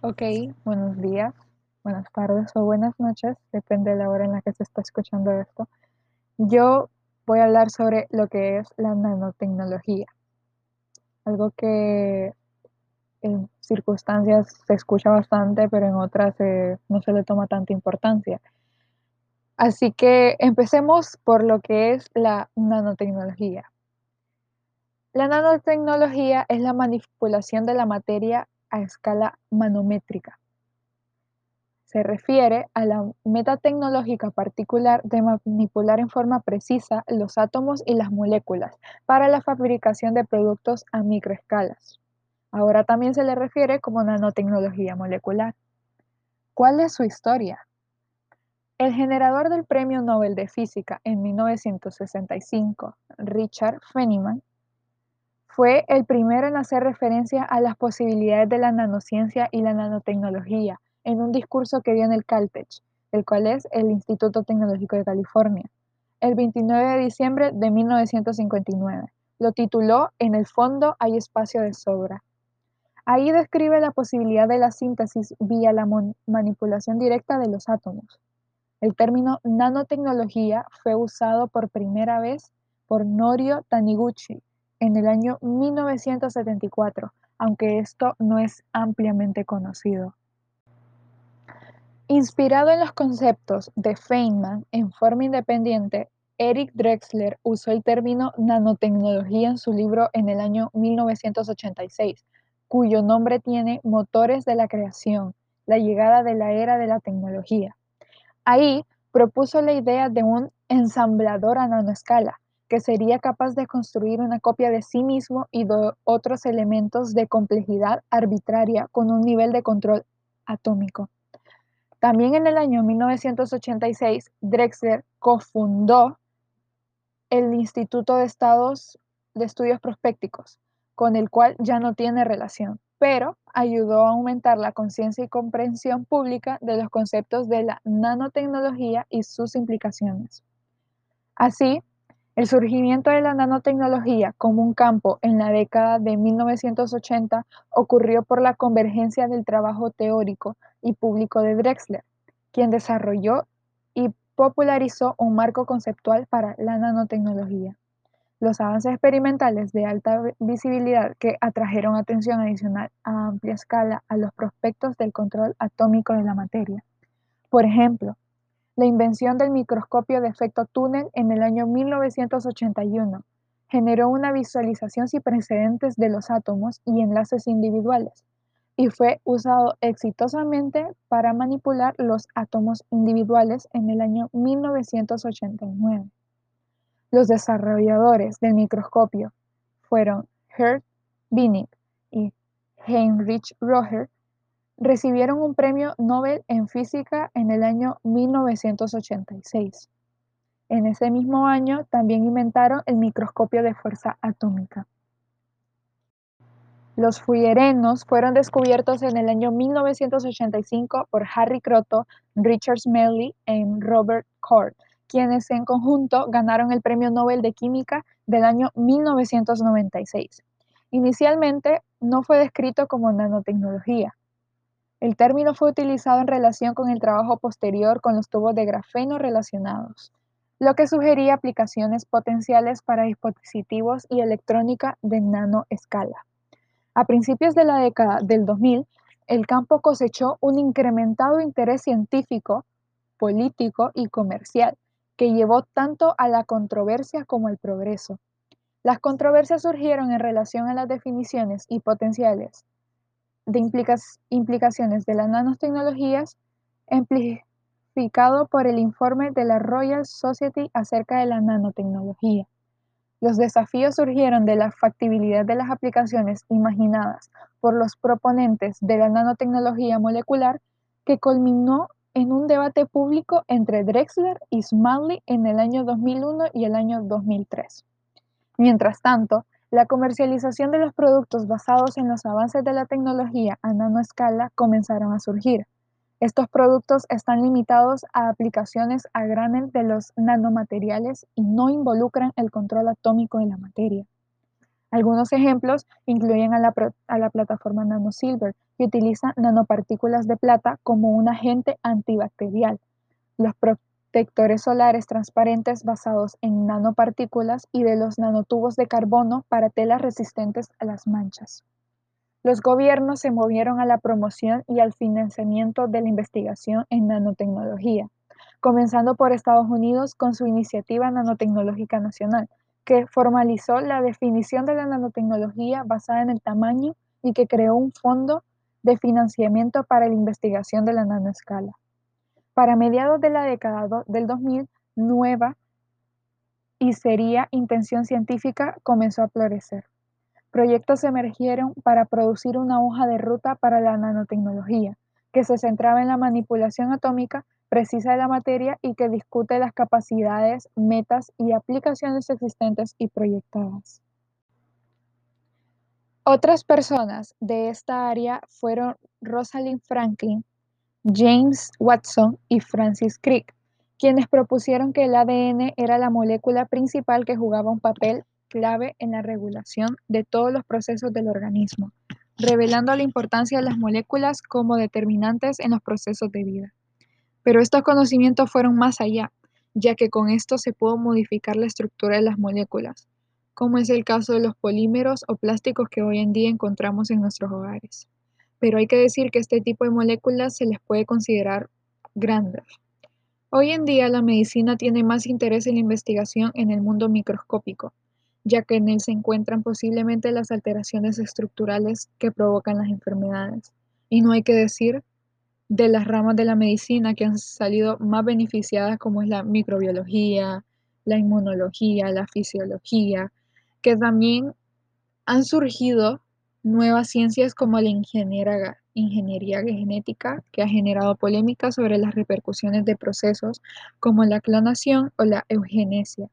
Ok, buenos días, buenas tardes o buenas noches, depende de la hora en la que se está escuchando esto. Yo voy a hablar sobre lo que es la nanotecnología, algo que en circunstancias se escucha bastante, pero en otras no se le toma tanta importancia. Así que empecemos por lo que es la nanotecnología. La nanotecnología es la manipulación de la materia a escala manométrica. Se refiere a la meta tecnológica particular de manipular en forma precisa los átomos y las moléculas para la fabricación de productos a microescalas. Ahora también se le refiere como nanotecnología molecular. ¿Cuál es su historia? El generador del Premio Nobel de Física en 1965, Richard Feynman, fue el primero en hacer referencia a las posibilidades de la nanociencia y la nanotecnología en un discurso que dio en el Caltech, el cual es el Instituto Tecnológico de California, el 29 de diciembre de 1959. Lo tituló En el fondo hay espacio de sobra. Ahí describe la posibilidad de la síntesis vía la manipulación directa de los átomos. El término nanotecnología fue usado por primera vez por Norio Taniguchi en el año 1974, aunque esto no es ampliamente conocido. Inspirado en los conceptos de Feynman en forma independiente, Eric Drexler usó el término nanotecnología en su libro en el año 1986, cuyo nombre tiene Motores de la creación, la llegada de la era de la tecnología. Ahí propuso la idea de un ensamblador a nanoescala, que sería capaz de construir una copia de sí mismo y de otros elementos de complejidad arbitraria con un nivel de control atómico. También en el año 1986, Drexler cofundó el Instituto de Estudios Prospécticos, con el cual ya no tiene relación, pero ayudó a aumentar la conciencia y comprensión pública de los conceptos de la nanotecnología y sus implicaciones. Así, el surgimiento de la nanotecnología como un campo en la década de 1980 ocurrió por la convergencia del trabajo teórico y público de Drexler, quien desarrolló y popularizó un marco conceptual para la nanotecnología. Los avances experimentales de alta visibilidad que atrajeron atención adicional a amplia escala a los prospectos del control atómico de la materia. Por ejemplo, la invención del microscopio de efecto túnel en el año 1981 generó una visualización sin precedentes de los átomos y enlaces individuales, y fue usado exitosamente para manipular los átomos individuales en el año 1989. Los desarrolladores del microscopio fueron Hertz Binnig y Heinrich Röher. Recibieron un premio Nobel en física en el año 1986. En ese mismo año también inventaron el microscopio de fuerza atómica. Los fullerenos fueron descubiertos en el año 1985 por Harry Kroto, Richard Smedley y Robert Koch, quienes en conjunto ganaron el Premio Nobel de Química del año 1996. Inicialmente no fue descrito como nanotecnología. El término fue utilizado en relación con el trabajo posterior con los tubos de grafeno relacionados, lo que sugería aplicaciones potenciales para dispositivos y electrónica de nanoescala. A principios de la década del 2000, el campo cosechó un incrementado interés científico, político y comercial, que llevó tanto a la controversia como al progreso. Las controversias surgieron en relación a las definiciones y potenciales de implicaciones de las nanotecnologías, amplificado por el informe de la Royal Society acerca de la nanotecnología. Los desafíos surgieron de la factibilidad de las aplicaciones imaginadas por los proponentes de la nanotecnología molecular, que culminó en un debate público entre Drexler y Smalley en el año 2001 y el año 2003. Mientras tanto, la comercialización de los productos basados en los avances de la tecnología a nanoescala comenzaron a surgir. Estos productos están limitados a aplicaciones a granel de los nanomateriales y no involucran el control atómico de la materia. Algunos ejemplos incluyen a la plataforma NanoSilver, que utiliza nanopartículas de plata como un agente antibacterial, los protectores solares transparentes basados en nanopartículas y de los nanotubos de carbono para telas resistentes a las manchas. Los gobiernos se movieron a la promoción y al financiamiento de la investigación en nanotecnología, comenzando por Estados Unidos con su Iniciativa Nanotecnológica Nacional, que formalizó la definición de la nanotecnología basada en el tamaño y que creó un fondo de financiamiento para la investigación de la nanoescala. Para mediados de la década del 2000, nueva y seria intención científica comenzó a florecer. Proyectos emergieron para producir una hoja de ruta para la nanotecnología, que se centraba en la manipulación atómica precisa de la materia y que discute las capacidades, metas y aplicaciones existentes y proyectadas. Otras personas de esta área fueron Rosalind Franklin, James Watson y Francis Crick, quienes propusieron que el ADN era la molécula principal que jugaba un papel clave en la regulación de todos los procesos del organismo, revelando la importancia de las moléculas como determinantes en los procesos de vida. Pero estos conocimientos fueron más allá, ya que con esto se pudo modificar la estructura de las moléculas, como es el caso de los polímeros o plásticos que hoy en día encontramos en nuestros hogares. Pero hay que decir que este tipo de moléculas se les puede considerar grandes. Hoy en día la medicina tiene más interés en la investigación en el mundo microscópico, ya que en él se encuentran posiblemente las alteraciones estructurales que provocan las enfermedades. Y no hay que decir de las ramas de la medicina que han salido más beneficiadas, como es la microbiología, la inmunología, la fisiología, que también han surgido nuevas ciencias como la ingeniería genética, que ha generado polémica sobre las repercusiones de procesos como la clonación o la eugenesia.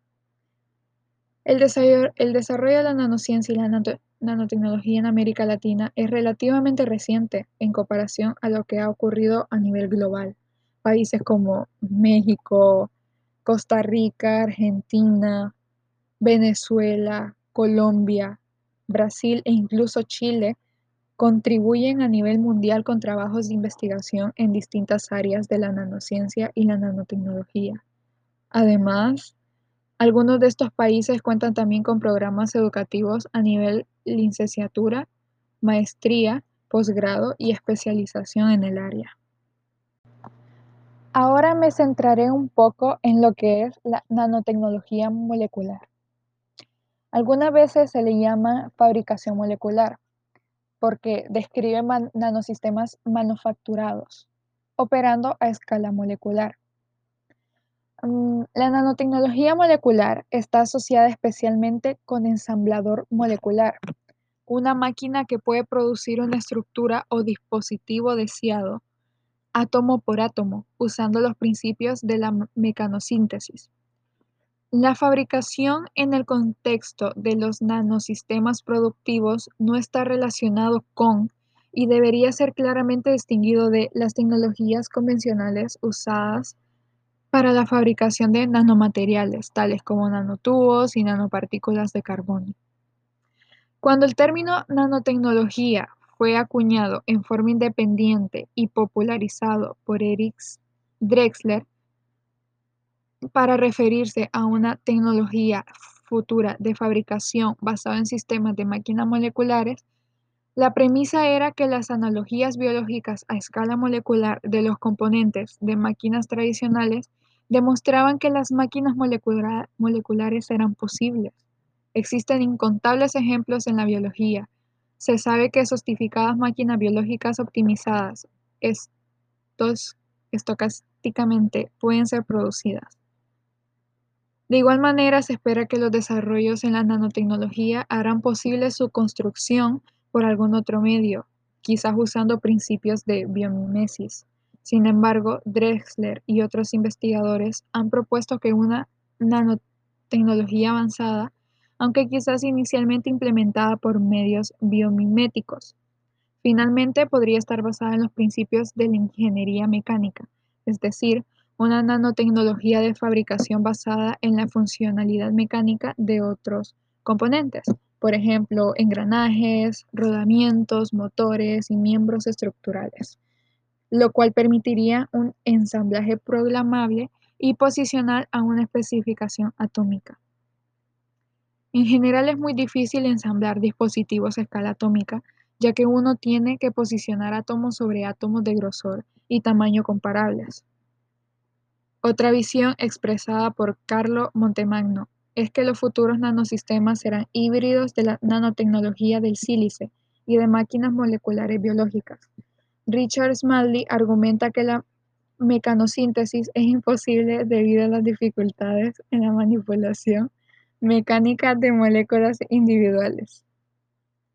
El desarrollo de la nanociencia y la nanotecnología en América Latina es relativamente reciente en comparación a lo que ha ocurrido a nivel global. Países como México, Costa Rica, Argentina, Venezuela, Colombia, Brasil e incluso Chile contribuyen a nivel mundial con trabajos de investigación en distintas áreas de la nanociencia y la nanotecnología. Además, algunos de estos países cuentan también con programas educativos a nivel licenciatura, maestría, posgrado y especialización en el área. Ahora me centraré un poco en lo que es la nanotecnología molecular. Algunas veces se le llama fabricación molecular porque describe nanosistemas manufacturados, operando a escala molecular. La nanotecnología molecular está asociada especialmente con ensamblador molecular, una máquina que puede producir una estructura o dispositivo deseado, átomo por átomo, usando los principios de la mecanosíntesis. La fabricación en el contexto de los nanosistemas productivos no está relacionado con y debería ser claramente distinguido de las tecnologías convencionales usadas para la fabricación de nanomateriales, tales como nanotubos y nanopartículas de carbono. Cuando el término nanotecnología fue acuñado en forma independiente y popularizado por Erich Drexler para referirse a una tecnología futura de fabricación basada en sistemas de máquinas moleculares, la premisa era que las analogías biológicas a escala molecular de los componentes de máquinas tradicionales demostraban que las máquinas moleculares eran posibles. Existen incontables ejemplos en la biología. Se sabe que sofisticadas máquinas biológicas optimizadas estocásticamente pueden ser producidas. De igual manera, se espera que los desarrollos en la nanotecnología harán posible su construcción por algún otro medio, quizás usando principios de biomimesis. Sin embargo, Drexler y otros investigadores han propuesto que una nanotecnología avanzada, aunque quizás inicialmente implementada por medios biomiméticos, finalmente podría estar basada en los principios de la ingeniería mecánica, es decir, una nanotecnología de fabricación basada en la funcionalidad mecánica de otros componentes, por ejemplo, engranajes, rodamientos, motores y miembros estructurales, lo cual permitiría un ensamblaje programable y posicional a una especificación atómica. En general es muy difícil ensamblar dispositivos a escala atómica, ya que uno tiene que posicionar átomos sobre átomos de grosor y tamaño comparables. Otra visión expresada por Carlo Montemagno es que los futuros nanosistemas serán híbridos de la nanotecnología del sílice y de máquinas moleculares biológicas. Richard Smalley argumenta que la mecanosíntesis es imposible debido a las dificultades en la manipulación mecánica de moléculas individuales.